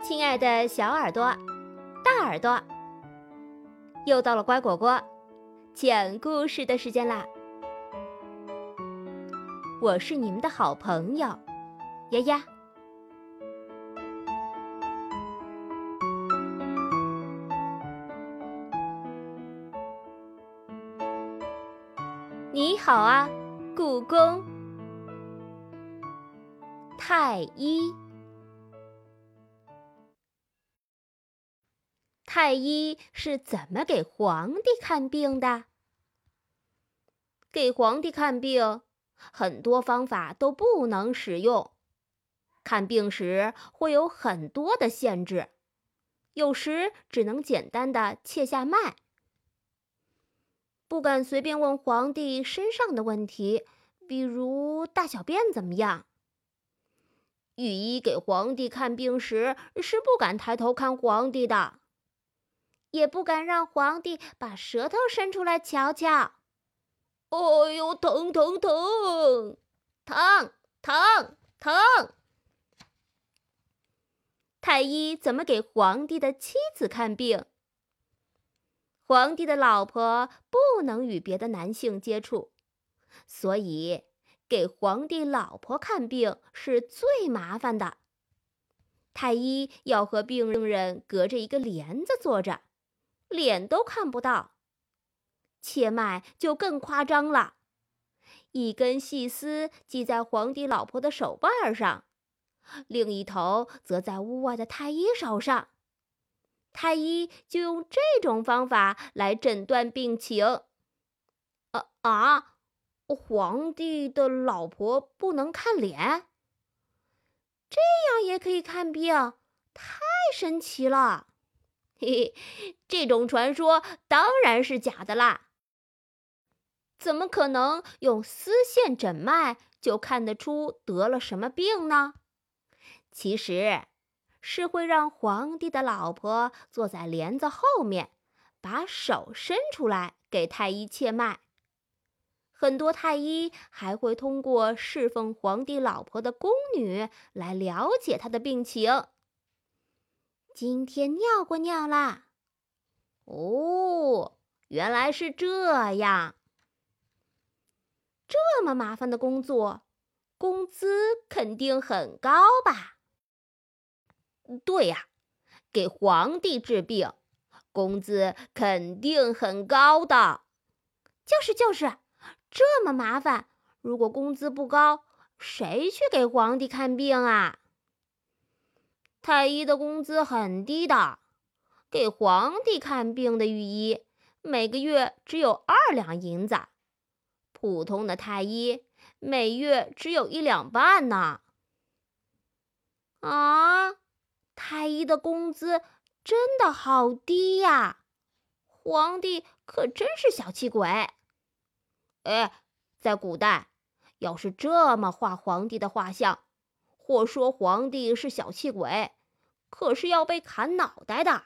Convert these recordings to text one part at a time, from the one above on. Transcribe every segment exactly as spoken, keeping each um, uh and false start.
亲爱的小耳朵、大耳朵，又到了乖果果讲故事的时间啦！我是你们的好朋友丫丫。你好啊，故宫。太医。太医是怎么给皇帝看病的？给皇帝看病，很多方法都不能使用。看病时会有很多的限制，有时只能简单的切下脉。不敢随便问皇帝身上的问题，比如大小便怎么样。御医给皇帝看病时是不敢抬头看皇帝的，也不敢让皇帝把舌头伸出来瞧瞧。哎呦，疼疼疼，疼疼疼！太医怎么给皇帝的妻子看病？皇帝的老婆不能与别的男性接触，所以给皇帝老婆看病是最麻烦的。太医要和病人隔着一个帘子坐着，脸都看不到。切脉就更夸张了，一根细丝系在皇帝老婆的手腕上，另一头则在屋外的太医手上。太医就用这种方法来诊断病情。啊啊！皇帝的老婆不能看脸？这样也可以看病，太神奇了！嘿嘿，这种传说当然是假的啦。怎么可能用丝线诊脉就看得出得了什么病呢？其实是会让皇帝的老婆坐在帘子后面，把手伸出来给太医切脉。很多太医还会通过侍奉皇帝老婆的宫女来了解她的病情。今天尿过尿啦？哦，原来是这样。这么麻烦的工作，工资肯定很高吧？对呀，给皇帝治病，工资肯定很高的。就是就是，这么麻烦，如果工资不高，谁去给皇帝看病啊？太医的工资很低的，给皇帝看病的御医，每个月只有二两银子。普通的太医每月只有一两半呢。啊，太医的工资真的好低呀！皇帝可真是小气鬼。哎，在古代，要是这么画皇帝的画像，或说皇帝是小气鬼，可是要被砍脑袋的。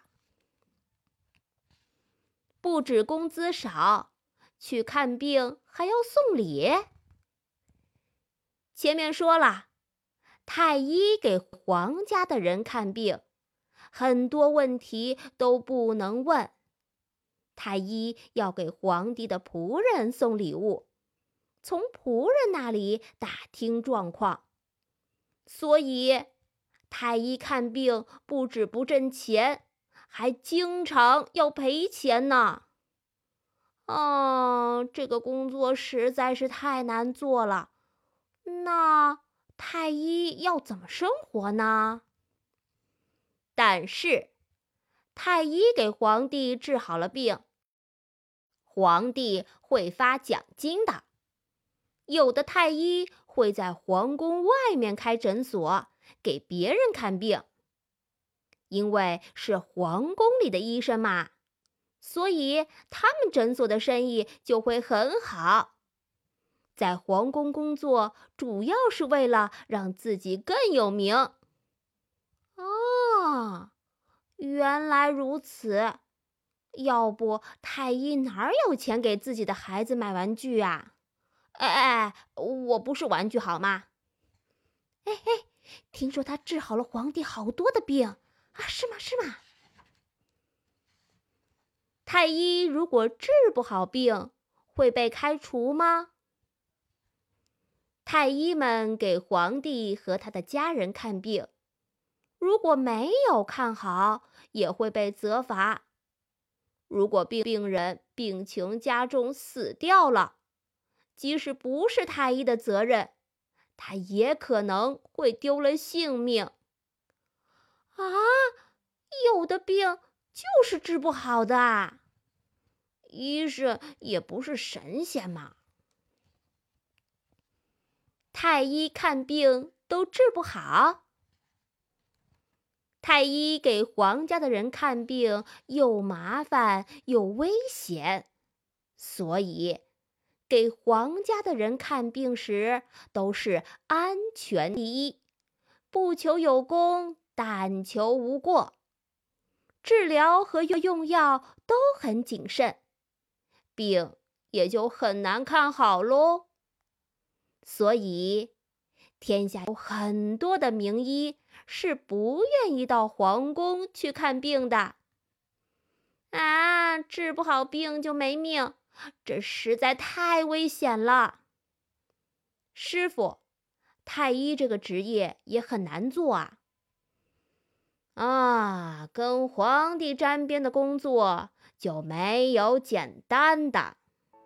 不止工资少，去看病还要送礼。前面说了，太医给皇家的人看病，很多问题都不能问。太医要给皇帝的仆人送礼物，从仆人那里打听状况。所以，太医看病不止不挣钱，还经常要赔钱呢。哦，这个工作实在是太难做了。那太医要怎么生活呢？但是，太医给皇帝治好了病，皇帝会发奖金的。有的太医会在皇宫外面开诊所，给别人看病。因为是皇宫里的医生嘛，所以他们诊所的生意就会很好。在皇宫工作，主要是为了让自己更有名。哦，原来如此。要不太医哪有钱给自己的孩子买玩具啊？哎哎，我不是玩具好吗？哎哎，听说他治好了皇帝好多的病， 啊，是吗？是吗？太医如果治不好病，会被开除吗？太医们给皇帝和他的家人看病，如果没有看好，也会被责罚。如果病病人病情加重死掉了，即使不是太医的责任，他也可能会丢了性命。啊，有的病就是治不好的啊！医生也不是神仙嘛。太医看病都治不好，太医给皇家的人看病又麻烦又危险，所以给皇家的人看病时都是安全第一，不求有功，但求无过。治疗和用药都很谨慎，病也就很难看好喽。所以，天下有很多的名医是不愿意到皇宫去看病的。啊，治不好病就没命，这实在太危险了。师傅，太医这个职业也很难做啊。啊，跟皇帝沾边的工作就没有简单的。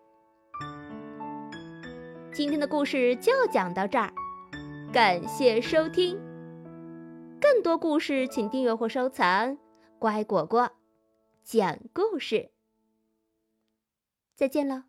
今天的故事就讲到这儿，感谢收听。更多故事请订阅或收藏，乖果果讲故事。再见了。